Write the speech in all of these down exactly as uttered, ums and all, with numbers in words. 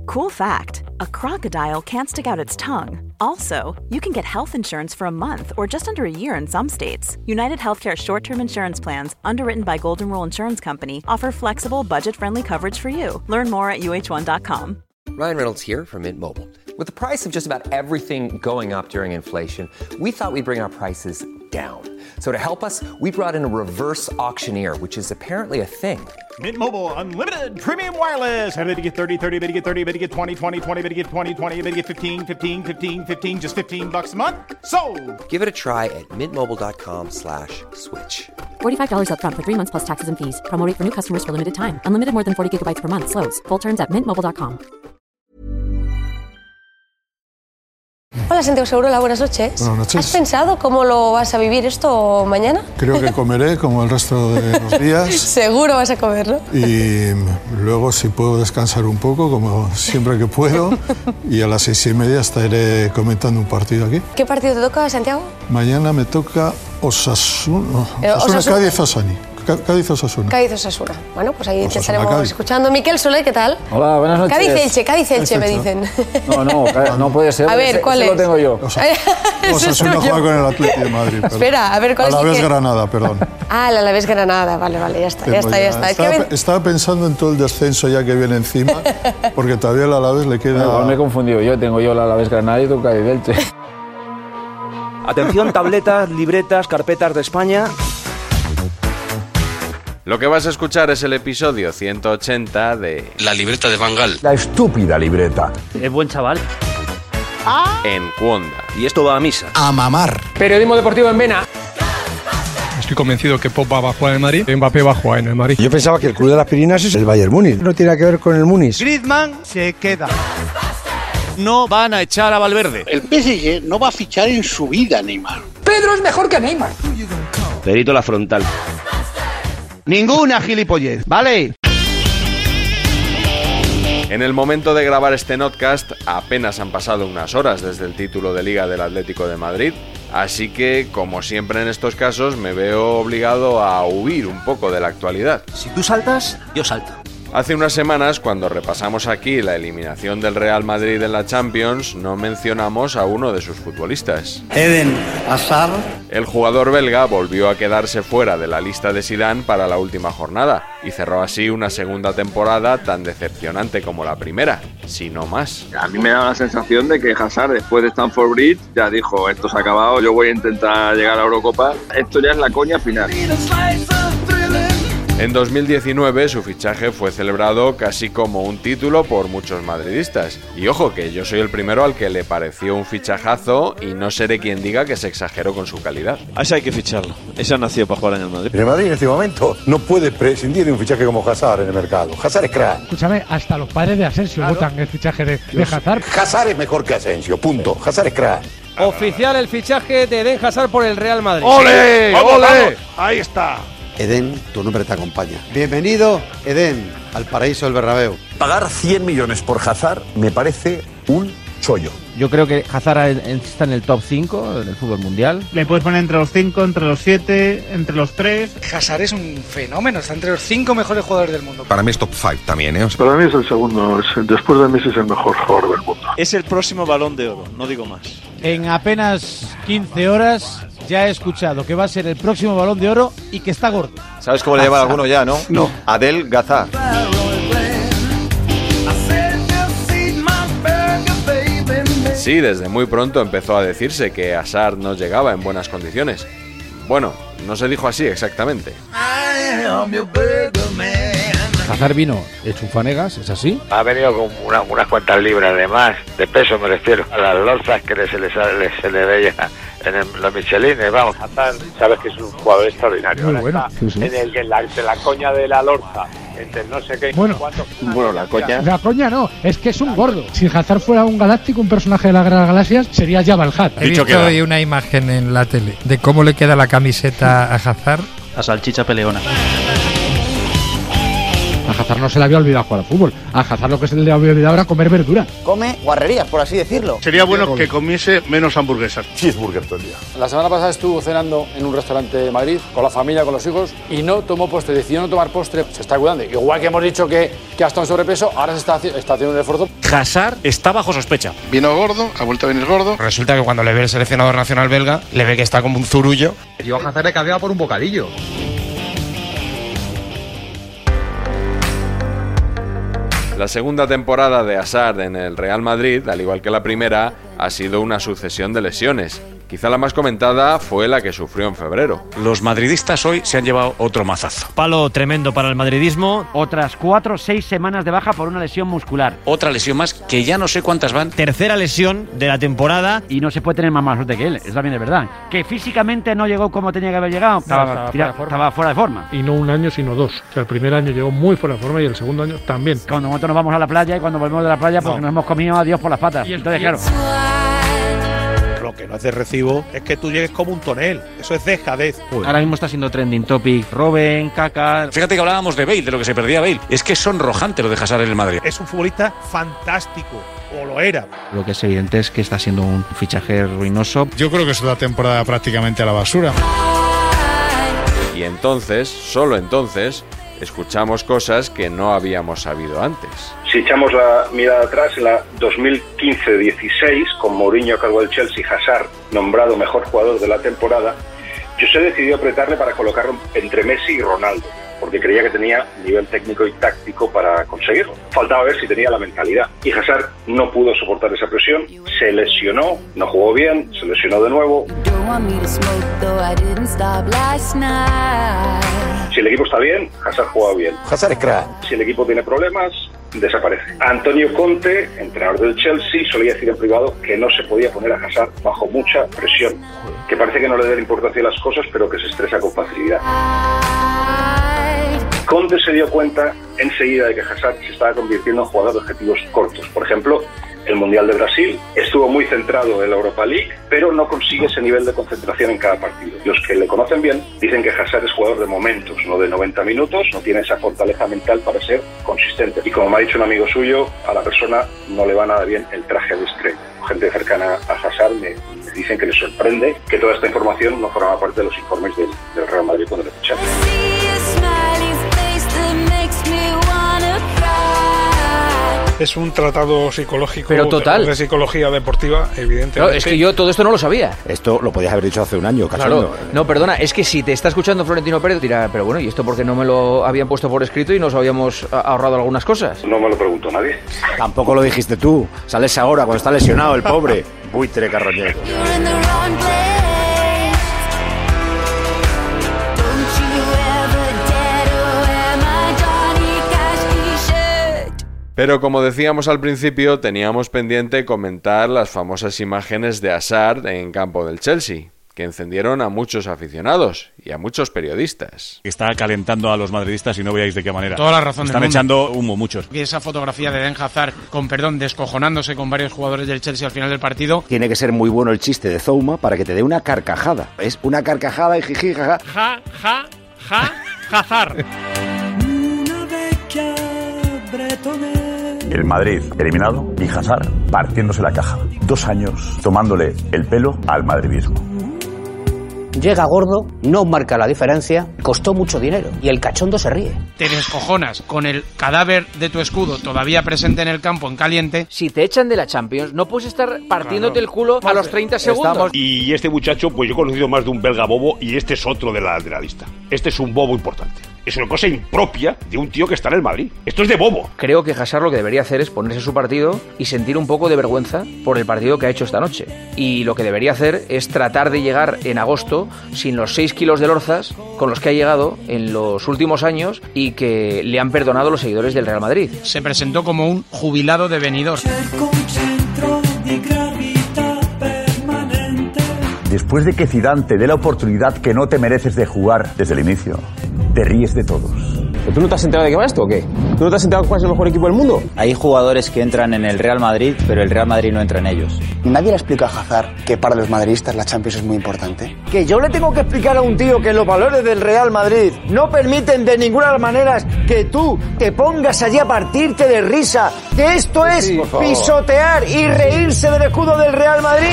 Cool fact, a crocodile can't stick out its tongue. Also, you can get health insurance for a month or just under a year in some states. United Healthcare short-term insurance plans, underwritten by Golden Rule Insurance Company, offer flexible, budget-friendly coverage for you. Learn more at U H one dot com. Ryan Reynolds here from Mint Mobile. With the price of just about everything going up during inflation, we thought we'd bring our prices down. So to help us, we brought in a reverse auctioneer, which is apparently a thing. Mint Mobile Unlimited Premium Wireless. How to get thirty, thirty, how to get thirty, how to get twenty, twenty, twenty, how to get twenty, twenty, how to get fifteen, fifteen, fifteen, fifteen, just fifteen bucks a month? Sold! Give it a try at mintmobile.com slash switch. forty-five dollars up front for three months plus taxes and fees. Promo rate for new customers for limited time. Unlimited more than forty gigabytes per month. Slows full terms at mint mobile dot com. Hola Santiago Segurola, buenas noches. Buenas noches. ¿Has pensado cómo lo vas a vivir esto mañana? Creo que comeré como el resto de los días. Seguro vas a comer, ¿no? Y luego si puedo descansar un poco, como siempre que puedo. Y a las seis y media estaré comentando un partido aquí. ¿Qué partido te toca, Santiago? Mañana me toca Osasuna, Eh, Osasuna, Osasuna. Cádiz Osasuna. Cádiz Osasuna. Cádiz Osasuna. Bueno, pues ahí te Osasuna, estaremos Cádiz. escuchando. Miquel Soler, ¿qué tal? Hola, buenas noches. Cádiz Elche, Cádiz Elche, me Perfecto. dicen. No, no, no puede ser. A ver, ese, ¿cuál ese es? lo tengo yo. Osa- Ese es Osasuna tuyo. juega con el Atlético de Madrid. perdón. Espera, a ver, ¿cuál es A la el vez que- Granada, perdón. Ah, el Alavés Granada. Vale, vale, ya está, ya Tengo está, ya está. Es que Estaba, ven- estaba pensando en todo el descenso ya que viene encima, porque todavía al Alavés le queda... Igual me he confundido yo. Tengo yo la Alavés Granada y tú Cádiz Elche. Atención, tabletas, libretas, carpetas de España. Lo que vas a escuchar es el episodio ciento ochenta de La libreta de Bangal. La estúpida libreta. Es buen chaval. En Cuonda. Y esto va a misa. A mamar. Periodismo deportivo en Vena. Estoy convencido que Pogba va a jugar en el Madrid, Mbappé va a jugar en el Madrid. Yo pensaba que el club de las Pirinas es el Bayern Múnich. No tiene que ver con el Múnich. Griezmann se queda. No van a echar a Valverde. El P S G no va a fichar en su vida, Neymar. Pedro es mejor que Neymar. Perito la frontal. Ninguna gilipollez, ¿vale? En el momento de grabar este notcast apenas han pasado unas horas desde el título de Liga del Atlético de Madrid, así que, como siempre en estos casos, me veo obligado a huir un poco de la actualidad. Si tú saltas, yo salto. Hace unas semanas, cuando repasamos aquí la eliminación del Real Madrid en la Champions, no mencionamos a uno de sus futbolistas. Eden Hazard. El jugador belga volvió a quedarse fuera de la lista de Zidane para la última jornada y cerró así una segunda temporada tan decepcionante como la primera, si no más. A mí me da la sensación de que Hazard, después de Stamford Bridge, ya dijo: esto se ha acabado, yo voy a intentar llegar a la Eurocopa. Esto ya es la coña final. En dos mil diecinueve su fichaje fue celebrado casi como un título por muchos madridistas. Y ojo, que yo soy el primero al que le pareció un fichajazo y no seré quien diga que se exageró con su calidad. A ese hay que ficharlo. Ese ha nacido para jugar en el Madrid. El Madrid en este momento no puede prescindir de un fichaje como Hazard en el mercado. Hazard es crack. Escúchame, hasta los padres de Asensio claro. votan el fichaje de, de Hazard. Hazard es mejor que Asensio, punto. Hazard es crack. Oficial el fichaje de Eden Hazard por el Real Madrid. ¡Ole! ¡Ole! Ahí está. Eden, tu nombre te acompaña. Bienvenido, Eden, al paraíso del Bernabéu. Pagar cien millones por Hazard me parece un chollo. Yo creo que Hazard está en el top cinco del fútbol mundial. Le puedes poner entre los cinco, entre los siete, entre los tres. Hazard es un fenómeno, está entre los cinco mejores jugadores del mundo. Para mí es top cinco también, ¿eh? Para mí es el segundo, es, después de Messi es el mejor jugador del mundo. Es el próximo Balón de Oro, no digo más. En apenas quince horas ya he escuchado que va a ser el próximo Balón de Oro y que está gordo. ¿Sabes cómo le llaman a alguno ya, no? No. Adel Gazá. Sí, desde muy pronto empezó a decirse que Hazard no llegaba en buenas condiciones. Bueno, no se dijo así exactamente. Hazard vino hecho un fanegas, ¿es así? Ha venido con una, unas cuantas libras de más, de peso me refiero, a las lorzas que se le, sale, se le veía en el, los michelines, vamos. Hazard, sabes que es un jugador extraordinario. Muy bueno. Sí, sí. En el que la, entre la coña de la lorza, entre no sé qué... Bueno, cuánto, bueno la coña... La coña no, es que es un gordo. Si Hazard fuera un galáctico, un personaje de las galaxias, sería Jabba el Hutt. He visto hoy una imagen en la tele de cómo le queda la camiseta a Hazard. A salchicha peleona. A Hazard no se le había olvidado jugar al fútbol. A Hazard lo que se le había olvidado era comer verdura. Come guarrerías, por así decirlo. Sería bueno que comiese menos hamburguesas. Cheeseburger todo el día. La semana pasada estuvo cenando en un restaurante de Madrid con la familia, con los hijos, y no tomó postre. Decidió no tomar postre. Se está cuidando. Igual que hemos dicho que, que ha estado en sobrepeso, ahora se está, está haciendo un esfuerzo. Hazard está bajo sospecha. Vino gordo, ha vuelto a venir gordo. Resulta que cuando le ve el seleccionador nacional belga, le ve que está como un zurullo. Yo a Hazard le cabía por un bocadillo. La segunda temporada de Hazard en el Real Madrid, al igual que la primera, ha sido una sucesión de lesiones. Quizá la más comentada fue la que sufrió en febrero. Los madridistas hoy se han llevado otro mazazo. Palo tremendo para el madridismo. Otras cuatro o seis semanas de baja por una lesión muscular. Otra lesión más, que ya no sé cuántas van. Tercera lesión de la temporada. Y no se puede tener más mala suerte que él, eso también es verdad. Que físicamente no llegó como tenía que haber llegado. Estaba, no, estaba, tira, fuera, de estaba fuera de forma. Y no un año, sino dos. O sea, el primer año llegó muy fuera de forma y el segundo año también. Cuando nosotros nos vamos a la playa y cuando volvemos de la playa, porque no. nos hemos comido a Dios por las patas. Y entonces, claro. Lo que no es de recibo es que tú llegues como un tonel. Eso es dejadez. Uy. Ahora mismo está siendo trending topic Robben, Kaká. Fíjate que hablábamos de Bale, de lo que se perdía Bale. Es que es sonrojante lo de Hazard en el Madrid. Es un futbolista fantástico, o lo era. Lo que es evidente es que está siendo un fichaje ruinoso. Yo creo que es una temporada prácticamente a la basura. Y entonces, solo entonces, escuchamos cosas que no habíamos sabido antes. Si echamos la mirada atrás, en la dos mil quince dieciséis, con Mourinho a cargo del Chelsea, Hazard nombrado mejor jugador de la temporada, José decidió apretarle para colocarlo entre Messi y Ronaldo, porque creía que tenía nivel técnico y táctico para conseguirlo. Faltaba ver si tenía la mentalidad. Y Hazard no pudo soportar esa presión, se lesionó, no jugó bien, se lesionó de nuevo. Si el equipo está bien, Hazard juega bien. Hazard es crack. Si el equipo tiene problemas, desaparece. Antonio Conte, entrenador del Chelsea, solía decir en privado que no se podía poner a Hazard bajo mucha presión, que parece que no le da la importancia a las cosas, pero que se estresa con facilidad. Conte se dio cuenta enseguida de que Hazard se estaba convirtiendo en jugador de objetivos cortos. Por ejemplo, el Mundial de Brasil estuvo muy centrado en la Europa League, pero no consigue ese nivel de concentración en cada partido. Los que le conocen bien dicen que Hazard es jugador de momentos, no de noventa minutos, no tiene esa fortaleza mental para ser consistente. Y como me ha dicho un amigo suyo, a la persona no le va nada bien el traje de estrella. Gente cercana a Hazard me, me dicen que les sorprende que toda esta información no formaba parte de los informes del, del Real Madrid cuando le ficharon. Es un tratado psicológico, pero total, de psicología deportiva, evidentemente. Claro, es que yo todo esto no lo sabía. Esto lo podías haber dicho hace un año, cachondo. Claro. No, perdona, es que si te está escuchando Florentino Pérez, dirá, pero bueno, ¿y esto por qué no me lo habían puesto por escrito y nos habíamos ahorrado algunas cosas? No me lo preguntó nadie. Tampoco lo dijiste tú. Sales ahora cuando está lesionado el pobre. Buitre carroñero. Pero como decíamos al principio, teníamos pendiente comentar las famosas imágenes de Hazard en campo del Chelsea, que encendieron a muchos aficionados y a muchos periodistas. Está calentando a los madridistas y no veáis de qué manera. Toda la razón Están del mundo. echando humo muchos. Y esa fotografía de Eden Hazard, con perdón, descojonándose con varios jugadores del Chelsea al final del partido. Tiene que ser muy bueno el chiste de Zouma para que te dé una carcajada. Es una carcajada y jiji, jaja. Ja, ja, ja, Hazard. El Madrid eliminado y Hazard partiéndose la caja. Dos años tomándole el pelo al madridismo. Llega gordo, no marca la diferencia, costó mucho dinero y el cachondo se ríe. Te descojonas con el cadáver de tu escudo todavía presente en el campo en caliente. Si te echan de la Champions, no puedes estar partiéndote claro. el culo a los treinta segundos. Estamos... Y este muchacho, pues yo he conocido más de un belga bobo y este es otro de la, de la lista. Este es un bobo importante. Es una cosa impropia de un tío que está en el Madrid. Esto es de bobo. Creo que Hazard lo que debería hacer es ponerse su partido y sentir un poco de vergüenza por el partido que ha hecho esta noche. Y lo que debería hacer es tratar de llegar en agosto sin los seis kilos de lorzas con los que ha llegado en los últimos años y que le han perdonado los seguidores del Real Madrid. Se presentó como un jubilado de Benidorm. Después de que Zidane te dé la oportunidad que no te mereces de jugar desde el inicio, te ríes de todos. ¿Tú no te has enterado de qué va esto o qué? ¿Tú no te has enterado de cuál es el mejor equipo del mundo? Hay jugadores que entran en el Real Madrid, pero el Real Madrid no entra en ellos. ¿Nadie le explica a Hazard que para los madridistas la Champions es muy importante? Que yo le tengo que explicar a un tío que los valores del Real Madrid no permiten de ninguna de las maneras que tú te pongas allí a partirte de risa, que esto es sí, pisotear y reírse del escudo del Real Madrid.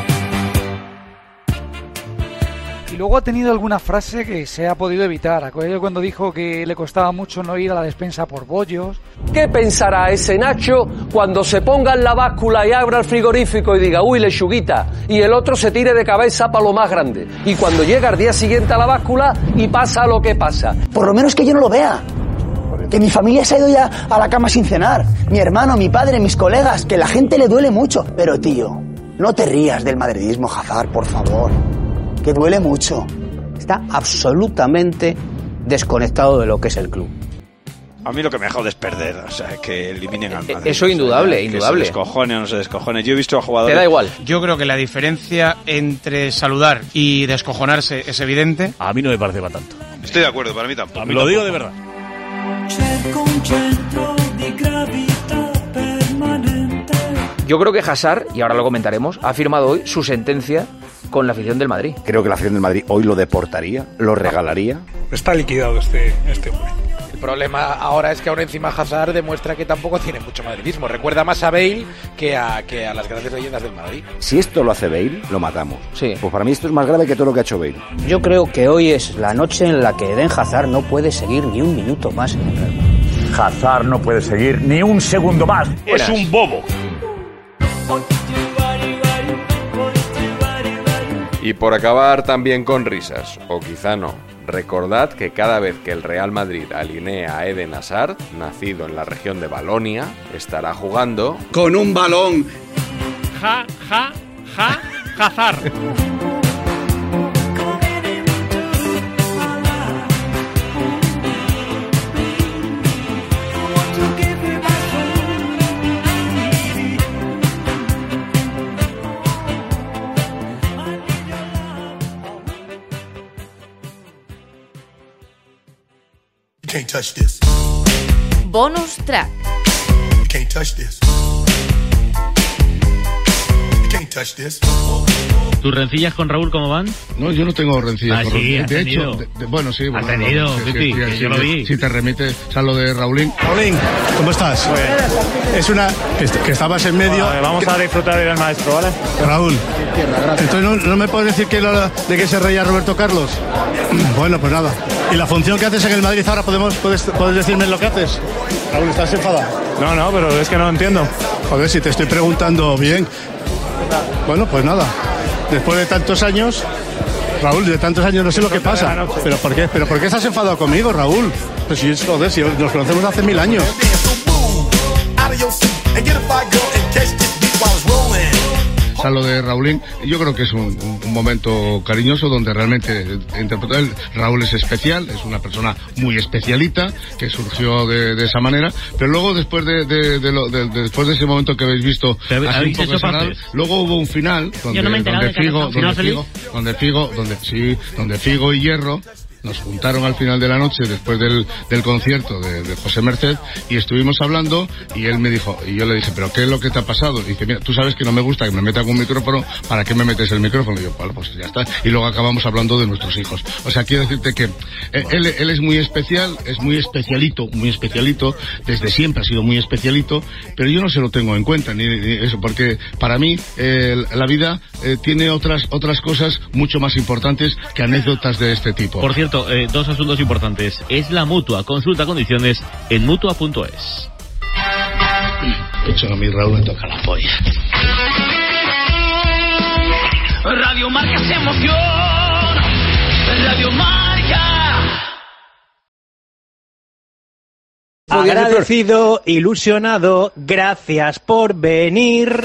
Y luego ha tenido alguna frase que se ha podido evitar. Aquello cuando dijo que le costaba mucho no ir a la despensa por bollos. ¿Qué pensará ese Nacho cuando se ponga en la báscula y abra el frigorífico y diga, uy, lechuguita, y el otro se tire de cabeza para lo más grande? Y cuando llega al día siguiente a la báscula y pasa lo que pasa. Por lo menos que yo no lo vea. Que mi familia se ha ido ya a la cama sin cenar. Mi hermano, mi padre, mis colegas. Que la gente le duele mucho. Pero tío, no te rías del madridismo, Hazard, por favor. Que duele mucho. Está absolutamente desconectado de lo que es el club. A mí lo que me ha dejado es perder, o sea, que eliminen al Madrid. Eso indudable, o sea, indudable. Que se descojone o no se descojone. Yo he visto a jugadores... Te da igual. Yo creo que la diferencia entre saludar y descojonarse es evidente. A mí no me parece para tanto. Estoy de acuerdo, para mí tampoco. A mí lo tampoco. Digo de verdad. Yo creo que Hazard, y ahora lo comentaremos, ha firmado hoy su sentencia con la afición del Madrid. Creo que la afición del Madrid hoy lo deportaría, lo regalaría. Está liquidado este, este hombre. El problema ahora es que ahora encima Hazard demuestra que tampoco tiene mucho madridismo. Recuerda más a Bale que a, que a las grandes leyendas del Madrid. Si esto lo hace Bale, lo matamos. Sí. Pues para mí esto es más grave que todo lo que ha hecho Bale. Yo creo que hoy es la noche en la que Eden Hazard no puede seguir ni un minuto más en el Real Madrid. Hazard no puede seguir ni un segundo más. Es un bobo. Y por acabar también con risas, o quizá no, recordad que cada vez que el Real Madrid alinea a Eden Hazard, nacido en la región de Valonia, estará jugando... con un balón. Ja, ja, ja, Hazard. You can't touch this. Bonus track. You can't touch this. You can't touch this. ¿Tus rencillas con Raúl cómo van? No, yo no tengo rencillas ah, con sí, Raúl. De hecho, de, de, bueno, sí. Bueno, has tenido, no, sí, Pipi, sí, sí, que sí, yo lo vi. Si te remites a lo de Raulín. Raulín, ¿cómo estás? Bueno. Es una... Que, que estabas en medio... Bueno, vamos que, a disfrutar del maestro, ¿vale? Raúl, entonces no, no me puedes decir que lo, de que se reía Roberto Carlos. Bueno, pues nada. ¿Y la función que haces en el Madrid ahora podemos puedes, puedes decirme lo que haces? Raúl, ¿estás enfadado? No, no, pero es que no entiendo. Joder, si te estoy preguntando bien. Bueno, pues nada. Después de tantos años, Raúl, de tantos años no sé lo que pasa. ¿Pero por qué, pero por qué estás enfadado conmigo, Raúl? Pues si, joder, si nos conocemos hace mil años. O sea, lo de Raulín, yo creo que es un, un momento cariñoso donde realmente interpretar. Raúl es especial, es una persona muy especialita que surgió de, de esa manera, pero luego después de, de, de, lo, de, de después de ese momento que habéis visto, así un poco desagrado, luego hubo un final donde, no donde Figo, donde Figo, donde Figo, donde sí, donde Figo y Hierro nos juntaron al final de la noche después del, del concierto de, de José Merced y estuvimos hablando y él me dijo, y yo le dije, ¿pero qué es lo que te ha pasado? Y dice, mira, tú sabes que no me gusta que me metan con un micrófono, ¿para qué me metes el micrófono? Y yo, bueno, pues ya está. Y luego acabamos hablando de nuestros hijos. O sea, quiero decirte que eh, él, él es muy especial, es muy especialito, muy especialito, desde siempre ha sido muy especialito, pero yo no se lo tengo en cuenta, ni, ni eso, porque para mí eh, la vida eh, tiene otras, otras cosas mucho más importantes que anécdotas de este tipo. Por cierto, Eh, dos asuntos importantes. Es la Mutua. Consulta condiciones en mutua punto es. De hecho, a mí Raúl me toca la polla. Radio Marca se emociona. Radio Marca. Agradecido, ilusionado, gracias por venir.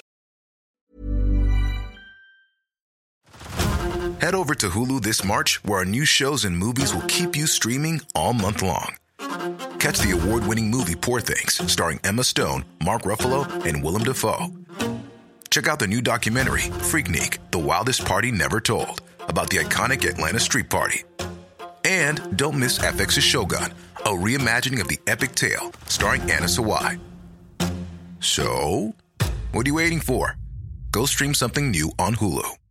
Head over to Hulu this March, where our new shows and movies will keep you streaming all month long. Catch the award-winning movie Poor Things, starring Emma Stone, Mark Ruffalo, and Willem Dafoe. Check out the new documentary, Freaknik, The Wildest Party Never Told, about the iconic Atlanta Street Party. And don't miss F X's Shogun, a reimagining of the epic tale starring Anna Sawai. So, what are you waiting for? Go stream something new on Hulu.